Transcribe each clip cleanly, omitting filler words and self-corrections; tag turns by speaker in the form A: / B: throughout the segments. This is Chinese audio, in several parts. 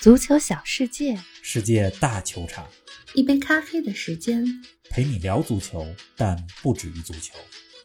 A: 足球小世界，
B: 世界大球场，
A: 一杯咖啡的时间，
B: 陪你聊足球，但不止于足球。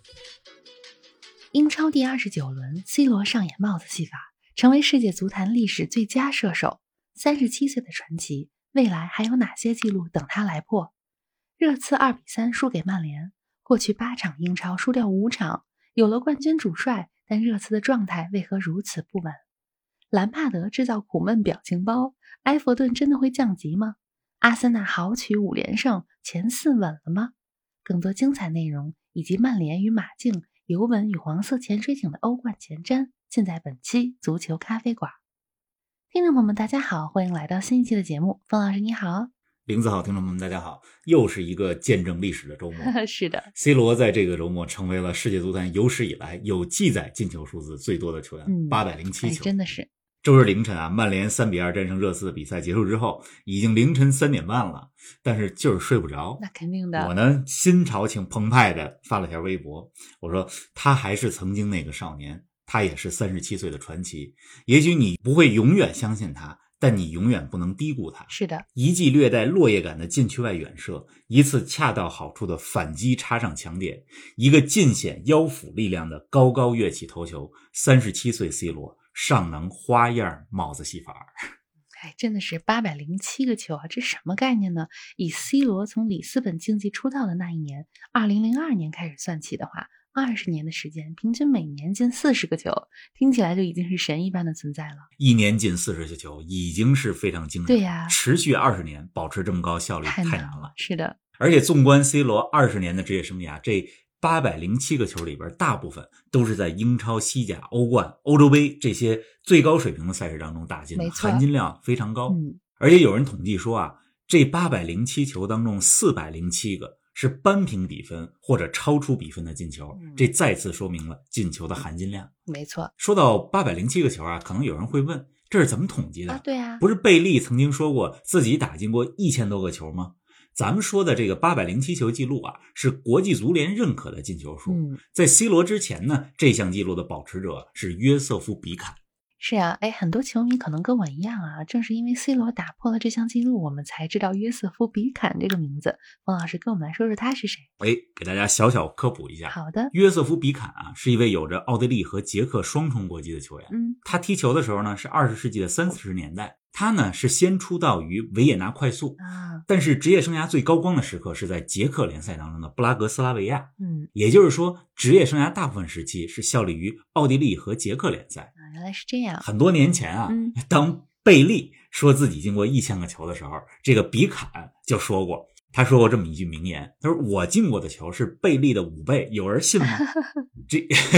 A: 英超第29轮 ，C 罗上演帽子戏法，成为世界足坛历史最佳射手。37岁的传奇，未来还有哪些记录等他来破？热刺2-3输给曼联，过去8场英超输掉5场，有了冠军主帅，但热刺的状态为何如此不稳？兰帕德制造苦闷表情包，埃弗顿真的会降级吗？阿森纳豪取5连胜，前4稳了吗？更多精彩内容以及曼联与马竞、尤文与黄色潜水艇的欧冠前瞻，尽在本期足球咖啡馆。听众朋友们大家好，欢迎来到新一期的节目。冯老师你好。
B: 林子好，听众朋友们大家好，又是一个见证历史的周末。
A: 是的，
B: C 罗在这个周末成为了世界足坛有史以来有记载进球数字最多的球员，807球。
A: 真的是。
B: 周日凌晨啊，曼联3-2战胜热刺的比赛结束之后，已经凌晨3点半了，但是就是睡不着。
A: 那肯定的。
B: 我呢，心潮情澎湃的发了条微博，我说他还是曾经那个少年，他也是37岁的传奇。也许你不会永远相信他，但你永远不能低估他。
A: 是的，
B: 一记略带落叶感的禁区外远射，一次恰到好处的反击插上强点，一个尽显腰腹力量的高高跃起头球，37岁 C 罗尚能花样帽子戏法。
A: 真的是807个球啊，这什么概念呢？以 C 罗从里斯本竞技出道的那一年2002年开始算起的话，20年的时间，平均每年进40个球，听起来就已经是神一般的存在了。
B: 一年进40个球已经是非常惊人。
A: 对呀，
B: 持续20年保持这么高效率太难了。
A: 是的，
B: 而且纵观 C 罗20年的职业生涯，这807个球里边，大部分都是在英超、西甲、欧冠、欧洲杯这些最高水平的赛事当中打进的，含金量非常高。而且有人统计说啊，这807球当中407个是扳平比分或者超出比分的进球，这再次说明了进球的含金量。
A: 没错。
B: 说到807个球啊，可能有人会问，这是怎么统计的？
A: 对啊，
B: 不是贝利曾经说过自己打进过1000多个球吗？咱们说的这个807球记录啊，是国际足联认可的进球数。在 C 罗之前呢，这项记录的保持者是约瑟夫·比坎。
A: 是啊，很多球迷可能跟我一样啊，正是因为 C 罗打破了这项记录，我们才知道约瑟夫·比坎这个名字。冯老师跟我们来说说他是谁？
B: 给大家小小科普一下。
A: 好的。
B: 约瑟夫·比坎啊，是一位有着奥地利和捷克双重国籍的球员。他踢球的时候呢，是20世纪的30、40年代。他呢是先出道于维也纳快速，但是职业生涯最高光的时刻是在捷克联赛当中的布拉格斯拉维亚。也就是说，职业生涯大部分时期是效力于奥地利和捷克联赛。
A: 原来是这样。
B: 很多年前啊，当贝利说自己进过1000个球的时候，这个比坎就说过，他说过这么一句名言，他说我进过的球是贝利的5倍，有人信吗？这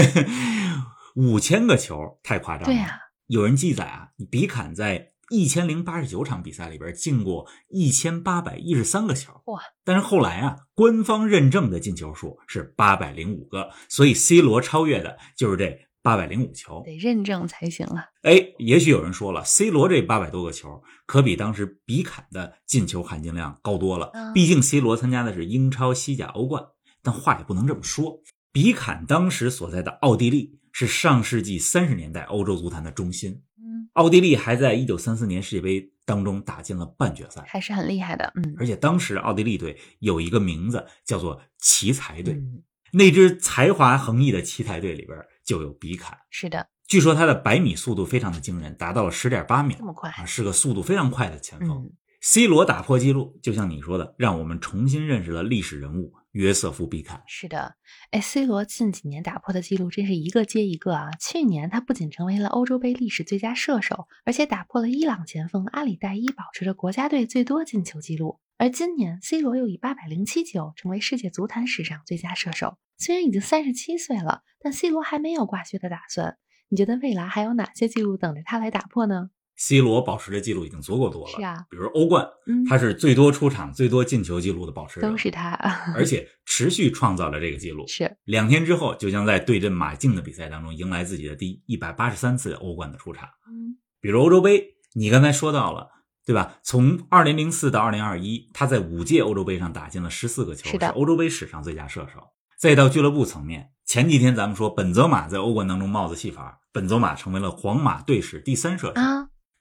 B: 5000个球太夸张了。
A: 对啊，
B: 有人记载啊，比坎在1089场比赛里边进过1813个球。
A: 哇！
B: 但是后来啊，官方认证的进球数是805个，所以 C 罗超越的就是这805球。
A: 得认证才行了。
B: 也许有人说了， C 罗这800多个球可比当时比坎的进球含金量高多了。毕竟 C 罗参加的是英超、西甲、欧冠。但话也不能这么说，比坎当时所在的奥地利是上世纪30年代欧洲足坛的中心。奥地利还在1934年世界杯当中打进了半决赛，
A: 还是很厉害的。
B: 而且当时奥地利队有一个名字叫做奇才队，那支才华横溢的奇才队里边就有比坎。
A: 是的，
B: 据说他的100米速度非常的惊人，达到了10.8秒，
A: 这么快
B: 是个速度非常快的前锋。C 罗打破纪录，就像你说的，让我们重新认识了历史人物约瑟夫·比坎。
A: 是的，C 罗近几年打破的记录真是一个接一个啊！去年他不仅成为了欧洲杯历史最佳射手，而且打破了伊朗前锋阿里代伊保持着国家队最多进球记录。而今年 C 罗又以807球成为世界足坛史上最佳射手。虽然已经37岁了，但 C 罗还没有挂靴的打算。你觉得未来还有哪些记录等着他来打破呢
B: ？C 罗保持的记录已经足够多了。
A: 是啊，
B: 比如欧冠，他是最多出场、最多进球记录的保持者，
A: 都是他，
B: 而且持续创造了这个记录。
A: 是
B: 2天之后就将在对阵马竞的比赛当中迎来自己的第183次欧冠的出场。比如欧洲杯，你刚才说到了，对吧？从2004到2021，他在5届欧洲杯上打进了14个球，是欧洲杯史上最佳射手。再到俱乐部层面，前几天咱们说本泽马在欧冠当中帽子戏法，本泽马成为了皇马队史第3射手。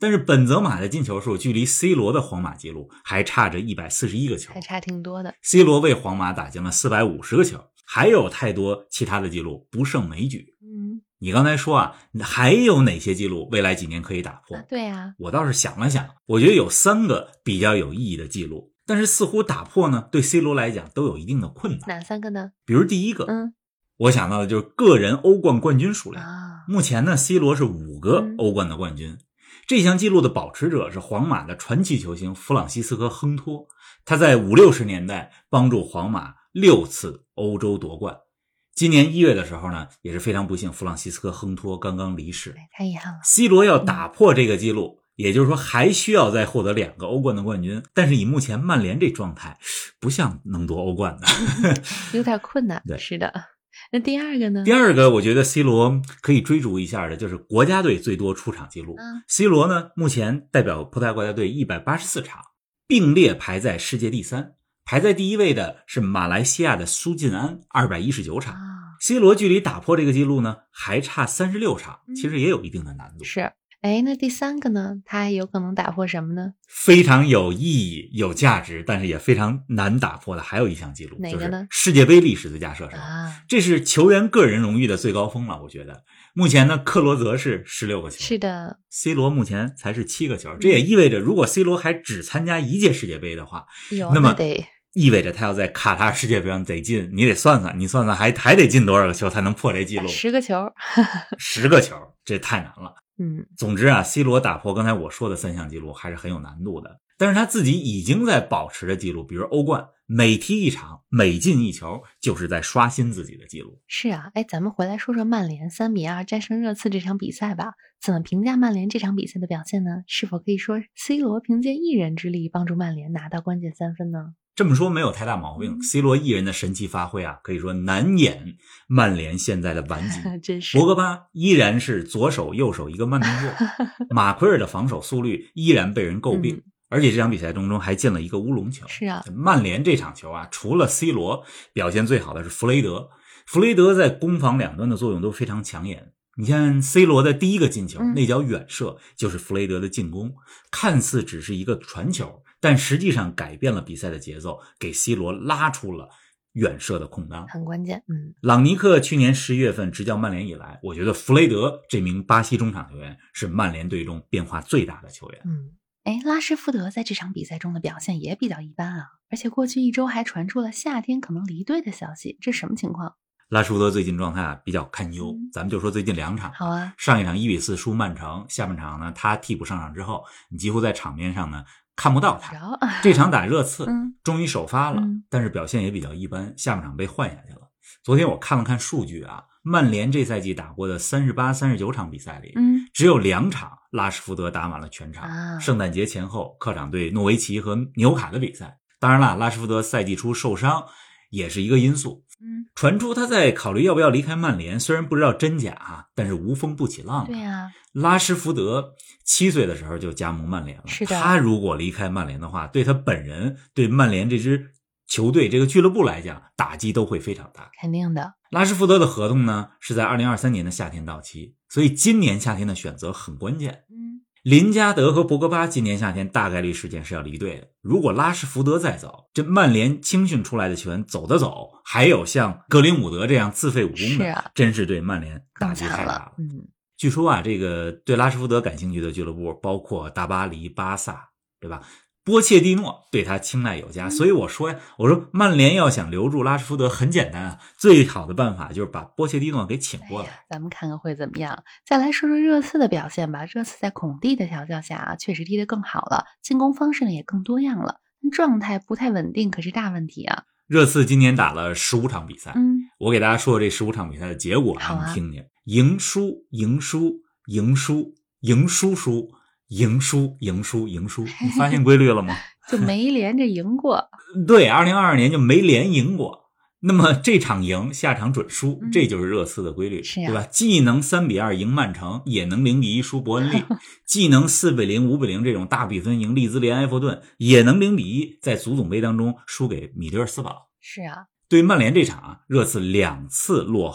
B: 但是本泽马的进球数距离 C 罗的皇马纪录还差着141个球，
A: 还差挺多的。
B: C 罗为皇马打进了450个球，还有太多其他的记录不胜枚举。你刚才说啊，还有哪些记录未来几年可以打破？
A: 对啊，
B: 我倒是想了想，我觉得有3个比较有意义的记录，但是似乎打破呢，对 C 罗来讲都有一定的困难。
A: 哪3个呢？
B: 比如第一个，我想到的就是个人欧冠冠军数量。目前呢 C 罗是5个欧冠的冠军，这项记录的保持者是皇马的传奇球星弗朗西斯科·亨托，他在50-60年代帮助皇马6次欧洲夺冠。今年1月的时候呢，也是非常不幸，弗朗西斯科·亨托刚刚离世，
A: 太遗憾了。
B: C 罗要打破这个记录，也就是说还需要再获得2个欧冠的冠军，但是以目前曼联这状态不像能夺欧冠的
A: 有点困难。
B: 对，
A: 是的。那第2个呢？
B: 第2个我觉得 C 罗可以追逐一下的就是国家队最多出场记录。C 罗呢目前代表葡萄牙国家队184场，并列排在世界第3，排在第1位的是马来西亚的苏晋安219场。C 罗距离打破这个记录呢还差36场，其实也有一定的难度。
A: 是。那第3个呢？他还有可能打破什么呢？
B: 非常有意义、有价值，但是也非常难打破的还有一项记录。
A: 哪个呢？
B: 就是世界杯历史最佳射手。这是球员个人荣誉的最高峰了，我觉得。目前呢，克罗泽是16个球。
A: 是的。
B: C 罗目前才是7个球，这也意味着如果 C 罗还只参加1届世界杯的话，那么意味着他要在卡塔尔世界杯上得进，你得算算，你算算还得进多少个球才能破这记录
A: ？10个球。
B: 10个球，这太难了。总之啊 ，C 罗打破刚才我说的3项记录还是很有难度的。但是他自己已经在保持着记录，比如欧冠，每踢1场，每进1球，就是在刷新自己的记录。
A: 是啊，咱们回来说说曼联3-2战胜热刺这场比赛吧。怎么评价曼联这场比赛的表现呢？是否可以说 C 罗凭借一人之力帮助曼联拿到关键3分呢？
B: 这么说没有太大毛病。C 罗一人的神奇发挥啊，可以说难掩曼联现在的顽疾。
A: 真是。
B: 博格巴依然是左手右手一个慢动作，马奎尔的防守速率依然被人诟病，而且这场比赛当中还进了一个乌龙球。
A: 是啊，
B: 曼联这场球啊，除了 C 罗表现最好的是弗雷德，弗雷德在攻防两端的作用都非常抢眼。你看 C 罗的第1个进球，那脚远射就是弗雷德的进攻，看似只是一个传球，但实际上改变了比赛的节奏，给 C 罗拉出了远射的空当，
A: 很关键。
B: 朗尼克去年11月份执教曼联以来，我觉得弗雷德这名巴西中场球员是曼联队中变化最大的球员。
A: 拉什福德在这场比赛中的表现也比较一般啊，而且过去1周还传出了夏天可能离队的消息，这什么情况？
B: 拉什福德最近状态啊比较堪忧，咱们就说最近2场。
A: 好啊，
B: 上一场1-4输曼城，下半场呢他替补上场之后，你几乎在场面上呢看不到他。这场打热刺终于首发了，但是表现也比较一般，下半场被换下去了。昨天我看了看数据啊，曼联这赛季打过的38、39场比赛里，只有2场拉什福德打满了全场。圣诞节前后客场对诺维奇和纽卡的比赛。当然了，拉什福德赛季初受伤也是一个因素。传出他在考虑要不要离开曼联，虽然不知道真假，但是无风不起浪。
A: 对啊，
B: 拉什福德7岁的时候就加盟曼联了。
A: 是的，
B: 他如果离开曼联的话，对他本人、对曼联这支球队、这个俱乐部来讲，打击都会非常大。
A: 肯定的。
B: 拉什福德的合同呢是在2023年的夏天到期，所以今年夏天的选择很关键。林加德和博格巴今年夏天大概率事件是要离队的。如果拉什福德再走，这曼联青训出来的球员走的走，还有像格林伍德这样自废武功的，真是对曼联打击太大了。据说啊，这个对拉什福德感兴趣的俱乐部包括大巴黎、巴萨，对吧？波切蒂诺对他青睐有加，所以我说曼联要想留住拉什福德很简单啊，最好的办法就是把波切蒂诺给请过来。
A: 咱们看看会怎么样。再来说说热刺的表现吧。热刺在孔蒂的调教下确实踢得更好了，进攻方式呢也更多样了，状态不太稳定可是大问题啊。
B: 热刺今年打了15场比赛，我给大家说这15场比赛的结果让你听听。赢输赢输赢输赢输输赢输赢输赢输，你发现规律了吗？
A: 就没连着赢过。
B: 对，2022年就没连赢过。那么这场赢，下场准输，这就是热刺的规律，对吧？既能3-2赢曼城，也能0-1输伯恩利；既能4-0、5-0这种大比分赢利兹联、埃弗顿，也能0-1在足总杯当中输给米德尔斯堡。
A: 是啊，
B: 对曼联这场热刺2次落后，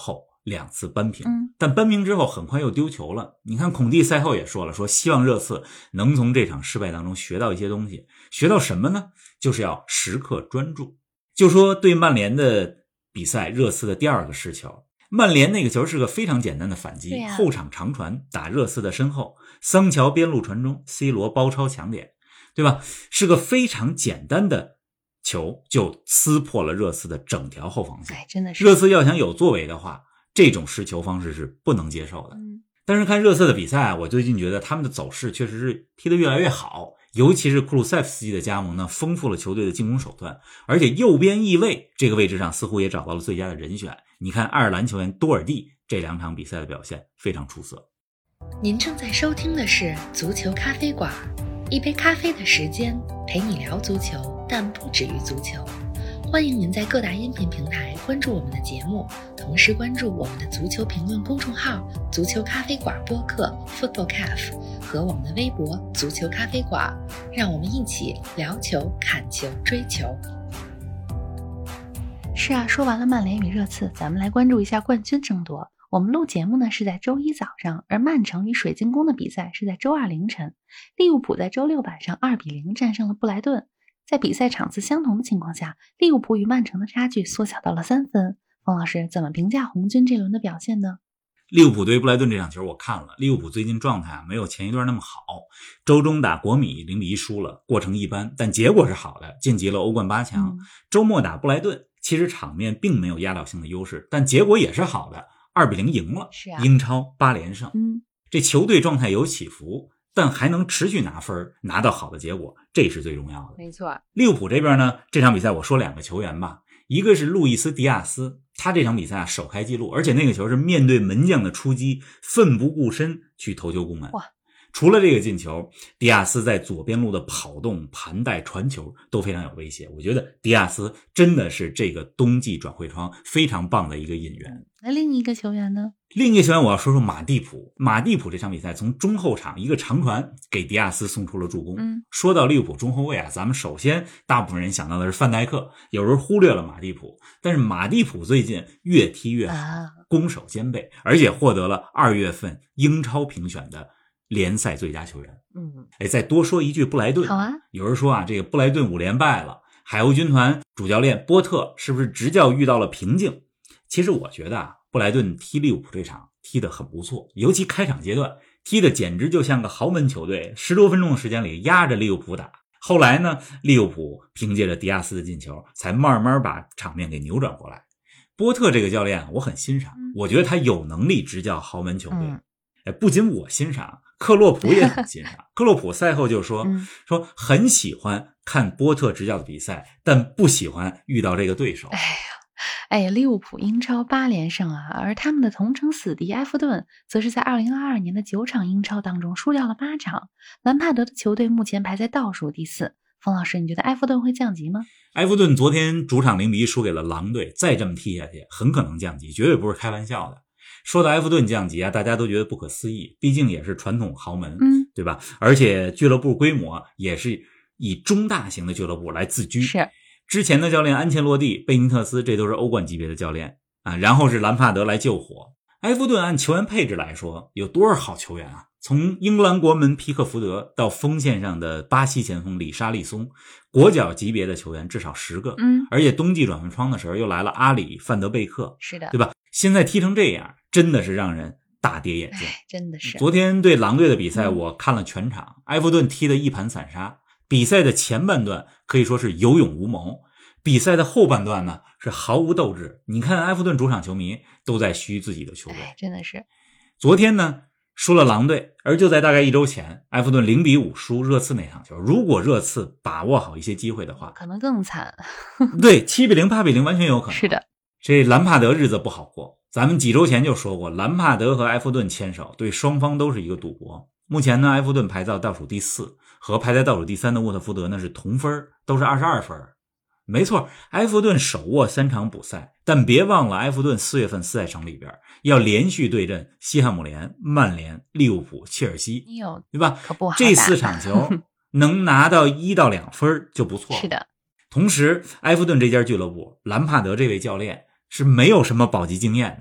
B: 2次扳平，但扳平之后很快又丢球了。你看孔蒂赛后也说了，说希望热刺能从这场失败当中学到一些东西。学到什么呢？就是要时刻专注。就说对曼联的比赛，热刺的第2个失球，曼联那个球是个非常简单的反击，后场长传打热刺的身后，桑乔边路传中，C 罗包抄抢点，对吧？是个非常简单的球，就撕破了热刺的整条后防线。
A: 真的是。
B: 热刺要想有作为的话，这种失球方式是不能接受的。但是看热刺的比赛，我最近觉得他们的走势确实是踢得越来越好，尤其是库鲁塞夫斯基的加盟呢，丰富了球队的进攻手段，而且右边翼位这个位置上似乎也找到了最佳的人选。你看爱尔兰球员多尔蒂这2场比赛的表现非常出色。
A: 您正在收听的是足球咖啡馆，一杯咖啡的时间陪你聊足球，但不止于足球。欢迎您在各大音频平台关注我们的节目，同时关注我们的足球评论公众号足球咖啡馆播客 Football Cafe 和我们的微博足球咖啡馆，让我们一起聊球、看球、追球。是啊，说完了曼联与热刺，咱们来关注一下冠军争夺。我们录节目呢是在周一早上，而曼城与水晶宫的比赛是在周二凌晨。利物浦在周六晚上2-0战胜了布莱顿。在比赛场次相同的情况下，利物浦与曼城的差距缩小到了3分。冯老师怎么评价红军这轮的表现呢？
B: 利物浦对布莱顿这场球我看了，利物浦最近状态没有前一段那么好，周中打国米0-1输了，过程一般，但结果是好的，晋级了欧冠8强。周末打布莱顿，其实场面并没有压倒性的优势，但结果也是好的，2-0赢了，英超8连胜。这球队状态有起伏，但还能持续拿分，拿到好的结果，这是最重要的。
A: 没错。
B: 利物浦这边呢，这场比赛我说2个球员吧，一个是路易斯·迪亚斯，他这场比赛首开纪录，而且那个球是面对门将的出击，奋不顾身去头球攻门。
A: 哇！
B: 除了这个进球，迪亚斯在左边路的跑动、盘带、传球都非常有威胁。我觉得迪亚斯真的是这个冬季转会窗非常棒的一个引援。
A: 那另一个球员呢？
B: 另一个球员我要说说马蒂普。马蒂普这场比赛从中后场一个长传给迪亚斯送出了助攻。说到利物浦中后卫啊，咱们首先大部分人想到的是范戴克，有时候忽略了马蒂普。但是马蒂普最近越踢越好，攻守兼备，而且获得了2月份英超评选的联赛最佳球员。再多说一句布莱顿。
A: 好啊。
B: 有人说啊，这个布莱顿5连败了，海鸥军团主教练波特是不是执教遇到了瓶颈？其实我觉得啊，布莱顿踢利物浦这场踢得很不错，尤其开场阶段踢得简直就像个豪门球队，10多分钟的时间里压着利物浦打。后来呢，利物浦凭借着迪亚斯的进球才慢慢把场面给扭转过来。波特这个教练我很欣赏，我觉得他有能力执教豪门球队。不仅我欣赏，克洛普也很欣赏。克洛普赛后就说很喜欢看波特执教的比赛，但不喜欢遇到这个对手。
A: 利物浦英超8连胜啊，而他们的同城死敌埃弗顿则是在2022年的9场英超当中输掉了8场。兰帕德的球队目前排在倒数第4。冯老师，你觉得埃弗顿会降级吗？
B: 埃弗顿昨天主场0-1输给了狼队，再这么踢下去很可能降级，绝对不是开玩笑的。说到埃弗顿降级啊，大家都觉得不可思议，毕竟也是传统豪门，对吧？而且俱乐部规模也是以中大型的俱乐部来自居。
A: 是。
B: 之前的教练安切洛蒂、贝尼特斯，这都是欧冠级别的教练啊，然后是兰帕德来救火。埃弗顿按球员配置来说，有多少好球员啊？从英格兰国门皮克福德到锋线上的巴西前锋里沙利松，国脚级别的球员至少10个。而且冬季转会窗的时候又来了阿里、范德贝克，
A: 是的，
B: 对吧？现在踢成这样，真的是让人大跌眼镜。
A: 真的是。
B: 昨天对狼队的比赛我看了全场，埃弗顿踢得一盘散沙。比赛的前半段可以说是有勇无谋，比赛的后半段呢是毫无斗志。你看埃弗顿主场球迷都在嘘自己的球队，
A: 真的是。
B: 昨天呢输了狼队，而就在大概1周前，埃弗顿0-5输热刺那场球，如果热刺把握好一些机会的话，
A: 可能更惨。
B: 对，7-0、8-0完全有可能。
A: 是的。
B: 这兰帕德日子不好过，咱们几周前就说过，兰帕德和埃弗顿牵手对双方都是一个赌博。目前呢，埃弗顿排到倒数第4，和排在倒数第3的沃特福德呢是同分，都是22分。没错，埃弗顿手握3场补赛，但别忘了埃弗顿4月份4赛程里边要连续对阵西汉姆联、曼联、利物浦、切尔西，对吧？
A: 可不好打。
B: 这4场球能拿到1到2分就不错了。
A: 是的。
B: 同时，埃弗顿这家俱乐部，兰帕德这位教练是没有什么保级经验的。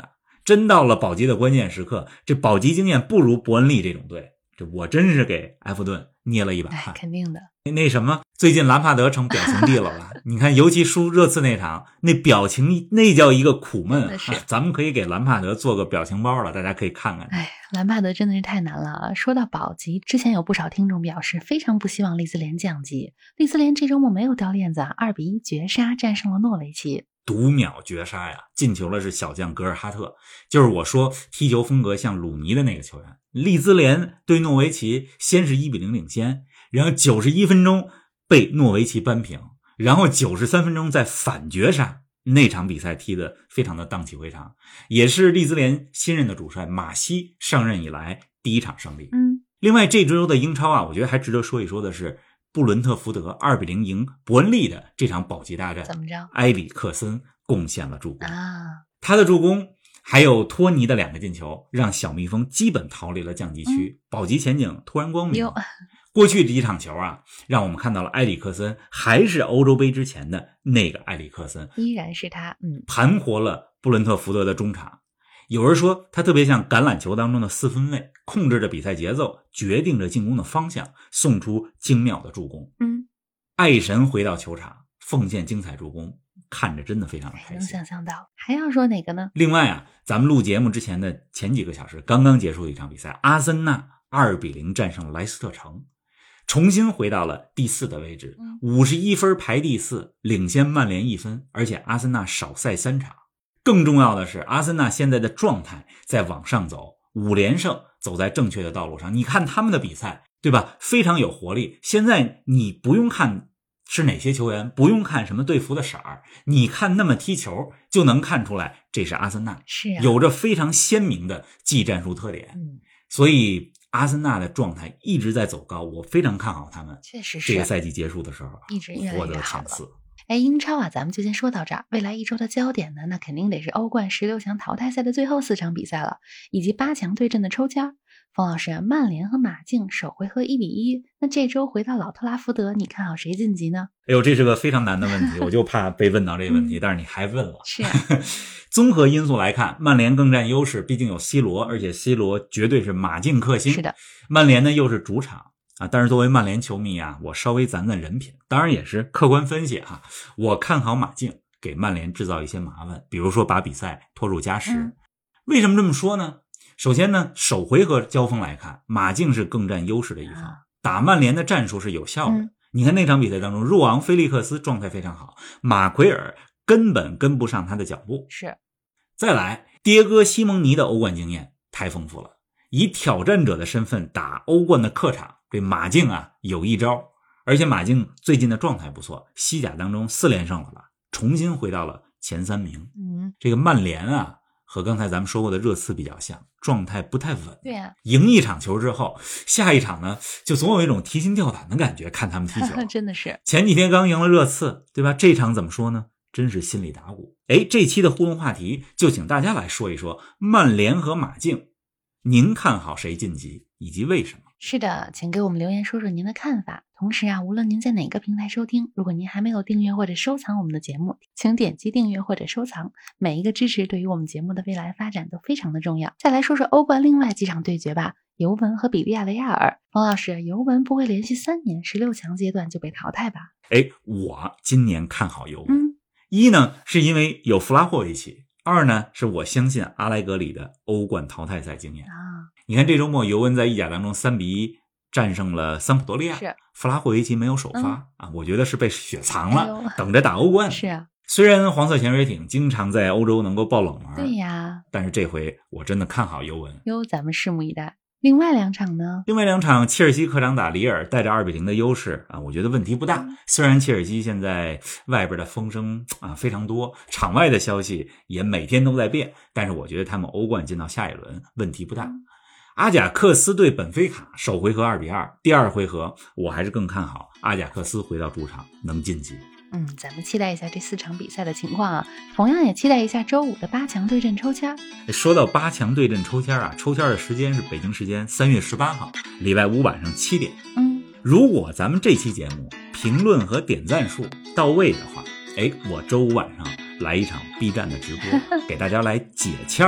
B: 真到了保级的关键时刻，这保级经验不如伯恩利这种队，这我真是给埃弗顿捏了一把汗。
A: 肯定的。
B: 那什么，最近兰帕德成表情帝了吧？你看，尤其输热刺那场，那表情那叫一个苦闷啊！咱们可以给兰帕德做个表情包了，大家可以看看。
A: 兰帕德真的是太难了啊！说到保级，之前有不少听众表示非常不希望利兹联降级。利兹联这周末没有掉链子，2-1绝杀战胜了诺维奇。
B: 读秒绝杀呀！进球的是小将格尔哈特，就是我说踢球风格像鲁尼的那个球员。利兹联对诺维奇先是1-0领先，然后91分钟被诺维奇扳平，然后93分钟再反绝杀。那场比赛踢得非常的荡气回肠，也是利兹联新任的主帅马西上任以来第一场胜利。另外这周的英超我觉得还值得说一说的是布伦特福德2-0赢伯恩利的这场保级大战。
A: 怎么着？
B: 埃里克森贡献了助攻他的助攻还有托尼的2个进球，让小蜜蜂基本逃离了降级区，保级前景突然光明。过去这几场球让我们看到了埃里克森还是欧洲杯之前的那个埃里克森，
A: 依然是他，
B: 盘活了布伦特福德的中场。有人说他特别像橄榄球当中的四分卫，控制着比赛节奏，决定着进攻的方向，送出精妙的助攻。爱神回到球场，奉献精彩助攻，看着真的非常的开心。
A: 能想象到。还要说哪个呢？
B: 另外咱们录节目之前的前几个小时刚刚结束的一场比赛，阿森纳2-0战胜了莱斯特城，重新回到了第4的位置，51分排第4，领先曼联1分，而且阿森纳少赛3场。更重要的是，阿森纳现在的状态在往上走，5连胜，走在正确的道路上。你看他们的比赛，对吧？非常有活力。现在你不用看是哪些球员，不用看什么队服的色儿，你看那么踢球就能看出来这是阿森纳，有着非常鲜明的技战术特点。所以阿森纳的状态一直在走高，我非常看好他们。
A: 确实是
B: 这个赛季结束的时候
A: 一直越来越好了。
B: 获得前4。
A: 英超咱们就先说到这儿。未来一周的焦点呢，那肯定得是欧冠16强淘汰赛的最后4场比赛了，以及8强对阵的抽签。冯老师，曼联和马竞首回合1-1，那这周回到老特拉福德，你看好谁晋级呢？
B: 这是个非常难的问题，我就怕被问到这个问题，但是你还问了。
A: 是
B: 综合因素来看，曼联更占优势，毕竟有 C 罗，而且 C 罗绝对是马竞克星。
A: 是的，
B: 曼联呢又是主场但是作为曼联球迷我稍微攒人品，当然也是客观分析我看好马竞给曼联制造一些麻烦，比如说把比赛拖入加时。为什么这么说呢？首先呢，首回合交锋来看，马竞是更占优势的一方，打曼联的战术是有效的。你看那场比赛当中，若昂·菲利克斯状态非常好，马奎尔根本跟不上他的脚步。
A: 是。
B: 再来，迭戈·西蒙尼的欧冠经验太丰富了，以挑战者的身份打欧冠的客场，这马竞有一招。而且马竞最近的状态不错，西甲当中4连胜了吧，重新回到了前3名。这个曼联和刚才咱们说过的热刺比较像，状态不太稳。
A: 对
B: 赢一场球之后，下一场呢就总有一种提心吊胆的感觉，看他们踢球。
A: 真的是。
B: 前几天刚赢了热刺，对吧？这场怎么说呢？真是心里打鼓。这期的互动话题就请大家来说一说曼联和马竞，您看好谁晋级以及为什么？
A: 是的，请给我们留言说说您的看法。同时无论您在哪个平台收听，如果您还没有订阅或者收藏我们的节目，请点击订阅或者收藏，每一个支持对于我们节目的未来发展都非常的重要。再来说说欧冠另外几场对决吧，尤文和比利亚雷亚尔。冯老师，尤文不会连续3年16强阶段就被淘汰吧？
B: 我今年看好尤文。一呢是因为有弗拉霍维奇，二呢是我相信阿莱格里的欧冠淘汰赛经验。你看这周末尤文在意甲当中3-1战胜了桑普多利亚，弗拉霍维奇没有首发我觉得是被雪藏了，等着打欧冠。
A: 是
B: 虽然黄色潜水艇经常在欧洲能够爆冷门，
A: 对呀，
B: 但是这回我真的看好尤文。
A: 咱们拭目以待。另外2场呢？
B: 另外2场，切尔西客场打里尔，带着2-0的优势我觉得问题不大。虽然切尔西现在外边的风声非常多，场外的消息也每天都在变，但是我觉得他们欧冠进到下一轮问题不大。阿贾克斯对本菲卡，首回合2-2，第2回合我还是更看好阿贾克斯回到主场能晋级。
A: 咱们期待一下这4场比赛的情况同样也期待一下周5的8强对阵抽签。
B: 说到8强对阵抽签抽签的时间是北京时间3月18号，礼拜5晚上7点。如果咱们这期节目评论和点赞数到位的话，我周5晚上来一场 B 站的直播，给大家来解签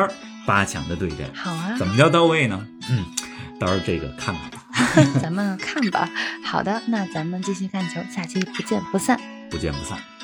B: 8强的对阵。
A: 好啊，
B: 怎么叫到位呢？到时候这个看看吧。
A: 咱们看吧。好的，那咱们继续看球，下期不见不散。
B: 不见不散。